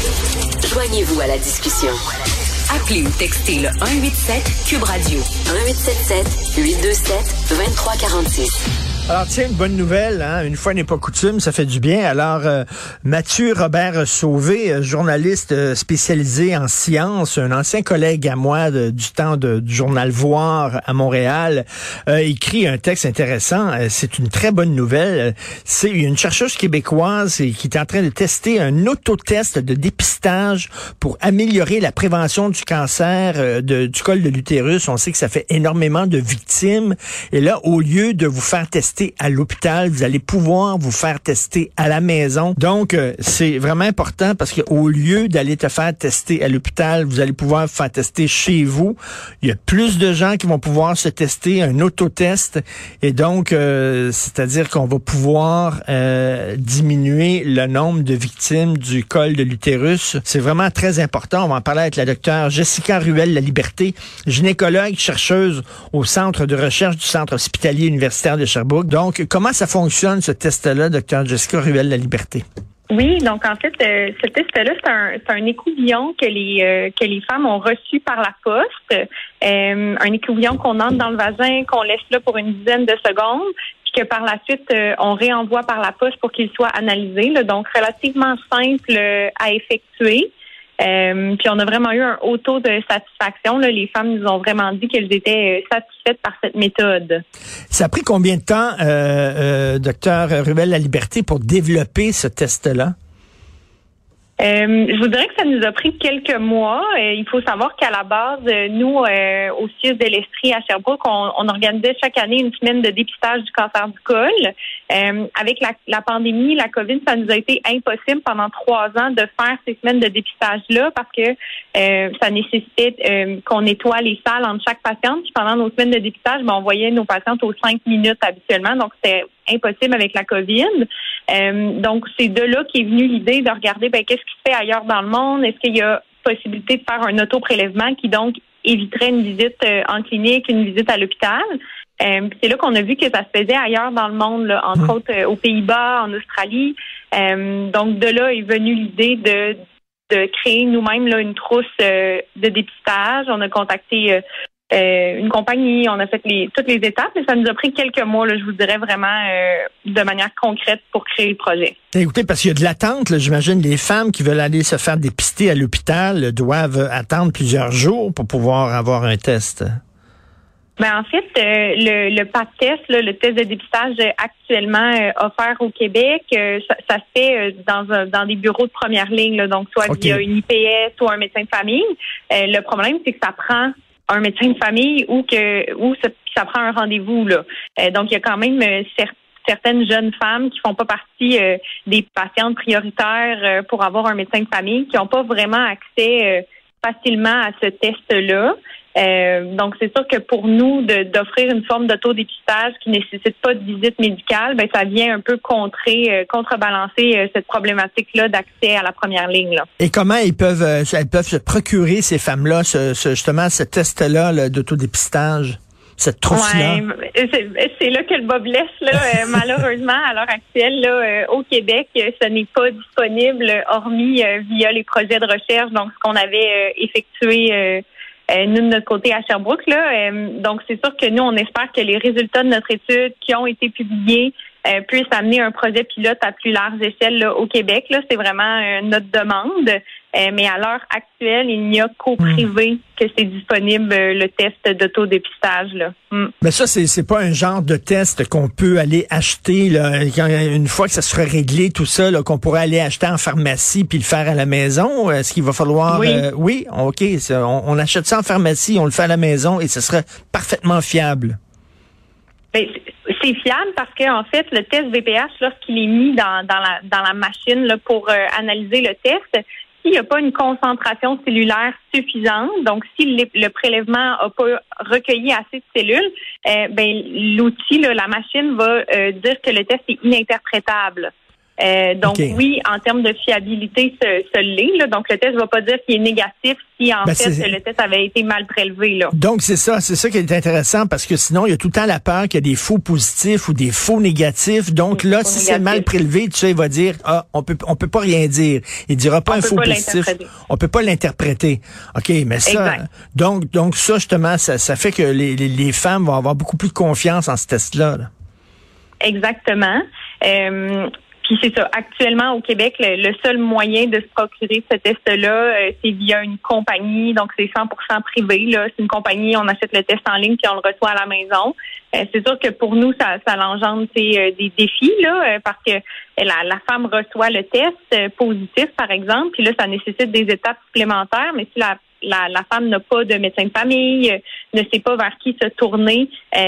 Joignez-vous à la discussion. Appelez ou textez le 187 Cube Radio. 1877-827-2346. Alors tiens, une bonne nouvelle, hein? Une fois n'est pas coutume, ça fait du bien. Alors, Mathieu Robert Sauvé, journaliste spécialisé en sciences, un ancien collègue à moi du temps du journal Voir à Montréal, écrit un texte intéressant. C'est une très bonne nouvelle. C'est une chercheuse québécoise qui est en train de tester un autotest de dépistage pour améliorer la prévention du cancer du col de l'utérus. On sait que ça fait énormément de victimes. Et là, au lieu de vous faire tester à l'hôpital, vous allez pouvoir vous faire tester à la maison. Donc, c'est vraiment important parce qu'au lieu d'aller te faire tester à l'hôpital, vous allez pouvoir vous faire tester chez vous. Il y a plus de gens qui vont pouvoir se tester, un autotest. Et donc, c'est-à-dire qu'on va pouvoir diminuer le nombre de victimes du col de l'utérus. C'est vraiment très important. On va en parler avec la docteure Jessica Ruel-Laliberté, gynécologue, chercheuse au Centre de recherche du Centre hospitalier universitaire de Sherbrooke. Donc, comment ça fonctionne, ce test-là, docteur Jessica Ruel-Laliberté? Oui, donc en fait, ce test-là, c'est un écouvillon que les femmes ont reçu par la poste. Un écouvillon qu'on entre dans le vagin, qu'on laisse là pour une dizaine de secondes, puis que par la suite, on réenvoie par la poste pour qu'il soit analysé. Là, donc, relativement simple à effectuer. Puis on a vraiment eu un haut taux de satisfaction. Là. Les femmes nous ont vraiment dit qu'elles étaient satisfaites par cette méthode. Ça a pris combien de temps, docteur Ruel-Laliberté, pour développer ce test-là? Je vous dirais que ça nous a pris quelques mois. Il faut savoir qu'à la base, nous, au CIUS de l'Estrie à Sherbrooke, on organisait chaque année une semaine de dépistage du cancer du col. Avec la pandémie, la COVID, ça nous a été impossible pendant 3 ans de faire ces semaines de dépistage-là parce que ça nécessitait qu'on nettoie les salles entre chaque patiente. Puis pendant nos semaines de dépistage, on voyait nos patientes aux 5 minutes habituellement. Donc, c'était impossible avec la COVID. Donc, c'est de là qu'est venue l'idée de regarder qu'est-ce qui se fait ailleurs dans le monde. Est-ce qu'il y a possibilité de faire un auto-prélèvement qui, donc, éviterait une visite en clinique, une visite à l'hôpital. C'est là qu'on a vu que ça se faisait ailleurs dans le monde, là, entre autres aux Pays-Bas, en Australie. Donc, de là est venue l'idée de créer nous-mêmes là, une trousse de dépistage. On a contacté une compagnie, on a fait toutes les étapes, mais ça nous a pris quelques mois, là, je vous dirais vraiment de manière concrète pour créer le projet. Écoutez, parce qu'il y a de l'attente, là, j'imagine les femmes qui veulent aller se faire dépister à l'hôpital doivent attendre plusieurs jours pour pouvoir avoir un test. En fait, le PAC test, là, le test de dépistage actuellement offert au Québec, ça se fait dans des bureaux de première ligne, là, donc soit via une IPS ou un médecin de famille. Le problème, c'est que ça prend un médecin de famille ou ça prend un rendez-vous là. Donc il y a quand même certaines jeunes femmes qui font pas partie des patientes prioritaires pour avoir un médecin de famille, qui n'ont pas vraiment accès facilement à ce test-là. Donc, c'est sûr que pour nous, d'offrir une forme d'autodépistage qui nécessite pas de visite médicale, ça vient un peu contrebalancer cette problématique-là d'accès à la première ligne, là. Et comment elles peuvent se procurer, ces femmes-là, justement, ce test-là là, d'autodépistage? Cette trousse-là. Ouais, c'est là que le bas blesse, là. Malheureusement, à l'heure actuelle, là, au Québec, ce n'est pas disponible, hormis via les projets de recherche, donc ce qu'on avait effectué nous, de notre côté, à Sherbrooke, là. Donc, c'est sûr que nous, on espère que les résultats de notre étude qui ont été publiés puissent amener un projet pilote à plus large échelle là, au Québec. Là, c'est vraiment notre demande. Mais à l'heure actuelle, il n'y a qu'au privé que c'est disponible le test d'autodépistage, là. Mais ça, c'est pas un genre de test qu'on peut aller acheter là, une fois que ça sera réglé, tout ça, là, qu'on pourrait aller acheter en pharmacie puis le faire à la maison. Est-ce qu'il va falloir... Oui, OK. On achète ça en pharmacie, on le fait à la maison et ce sera parfaitement fiable. C'est fiable parce que en fait, le test VPH, lorsqu'il est mis dans la machine là, pour analyser le test, s'il n'y a pas une concentration cellulaire suffisante, donc si le prélèvement n'a pas recueilli assez de cellules, l'outil, là, la machine va dire que le test est ininterprétable. Donc oui, en termes de fiabilité, ce l'est. Là. Donc le test ne va pas dire qu'il est négatif si en fait le test avait été mal prélevé. Là. Donc c'est ça qui est intéressant parce que sinon il y a tout le temps la peur qu'il y a des faux positifs ou des faux négatifs. Donc là, si c'est mal prélevé, tu sais, il va dire on peut pas rien dire. Il dira pas un faux positif. On peut pas l'interpréter. OK, mais ça donc ça justement ça fait que les femmes vont avoir beaucoup plus de confiance en ce test-là. Là. Exactement. Puis c'est ça. Actuellement, au Québec, le seul moyen de se procurer ce test-là, c'est via une compagnie. Donc, c'est 100% privé. Là, c'est une compagnie. On achète le test en ligne puis on le reçoit à la maison. C'est sûr que pour nous, ça l'engendre des défis là, parce que la femme reçoit le test positif, par exemple. Puis là, ça nécessite des étapes supplémentaires. Mais si la femme n'a pas de médecin de famille, ne sait pas vers qui se tourner,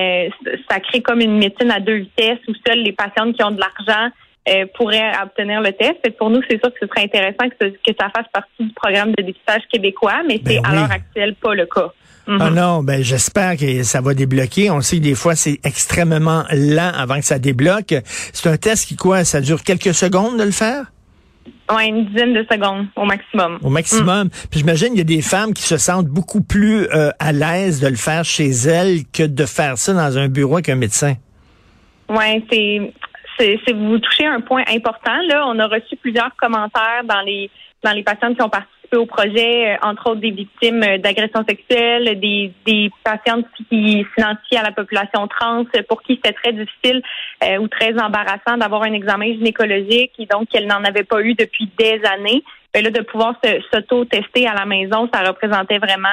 ça crée comme une médecine à deux vitesses où seules les patientes qui ont de l'argent pourraient obtenir le test. Et pour nous, c'est sûr que ce serait intéressant que ça fasse partie du programme de dépistage québécois, mais c'est à l'heure actuelle pas le cas. Ah non, j'espère que ça va débloquer. On sait que des fois, c'est extrêmement lent avant que ça débloque. C'est un test ça dure quelques secondes de le faire? Oui, une dizaine de secondes au maximum. Au maximum. Puis j'imagine qu'il y a des femmes qui se sentent beaucoup plus à l'aise de le faire chez elles que de faire ça dans un bureau avec un médecin. Oui, vous touchez un point important. Là, on a reçu plusieurs commentaires dans les patientes qui ont participé au projet, entre autres des victimes d'agressions sexuelles, des patientes qui s'identifient à la population trans, pour qui c'était très difficile ou très embarrassant d'avoir un examen gynécologique et donc qu'elles n'en avaient pas eu depuis des années. Là, de pouvoir s'auto-tester à la maison, ça représentait vraiment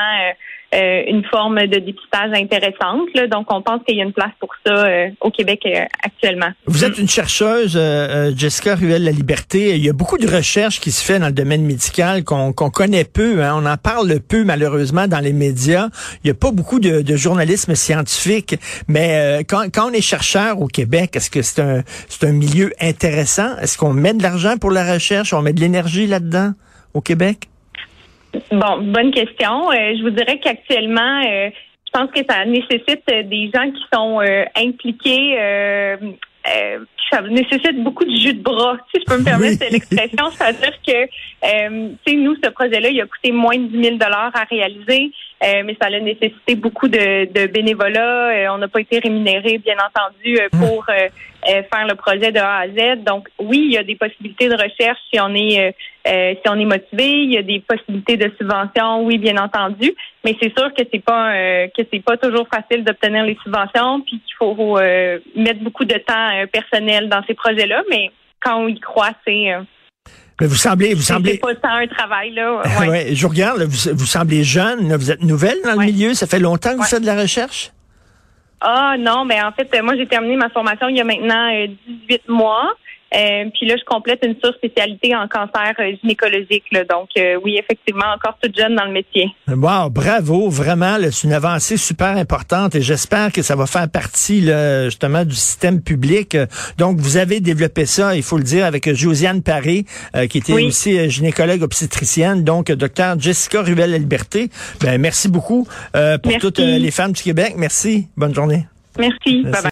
une forme de dépistage intéressante. Là. Donc, on pense qu'il y a une place pour ça au Québec actuellement. Vous êtes une chercheuse, Jessica Ruel-Laliberté. Il y a beaucoup de recherches qui se fait dans le domaine médical qu'on connaît peu. Hein. On en parle peu, malheureusement, dans les médias. Il n'y a pas beaucoup de journalisme scientifique. Mais quand on est chercheur au Québec, est-ce que c'est un milieu intéressant? Est-ce qu'on met de l'argent pour la recherche? On met de l'énergie là-dedans au Québec? Bon, bonne question. Je vous dirais qu'actuellement, je pense que ça nécessite des gens qui sont impliqués. Ça nécessite beaucoup de jus de bras, si je peux me permettre l'expression. C'est-à-dire que, nous, ce projet-là, il a coûté moins de 10 000 $ à réaliser, mais ça a nécessité beaucoup de bénévolat. On n'a pas été rémunérés, bien entendu, pour faire le projet de A à Z. Donc, oui, il y a des possibilités de recherche si on est motivé. Il y a des possibilités de subvention, oui, bien entendu. Mais c'est sûr que c'est pas toujours facile d'obtenir les subventions, puis qu'il faut mettre beaucoup de temps personnel dans ces projets-là. Mais quand on y croit, c'est mais vous semblez. C'est pas tant un travail, là. Ouais. Ouais, je regarde, là, vous semblez jeune, là, vous êtes nouvelle dans le milieu. Ça fait longtemps que vous faites de la recherche? Ah non, mais en fait, moi j'ai terminé ma formation il y a maintenant 18 mois. Puis là, je complète une surspécialité en cancer gynécologique. Là. Donc, oui, effectivement, encore toute jeune dans le métier. Wow, bravo, vraiment, c'est une avancée super importante et j'espère que ça va faire partie là, justement du système public. Donc, vous avez développé ça, il faut le dire, avec Josiane Paré, qui était aussi gynécologue obstétricienne. Donc, docteur Jessica Ruel-Laliberté, merci beaucoup pour toutes les femmes du Québec. Merci, bonne journée. Merci. Bye bye.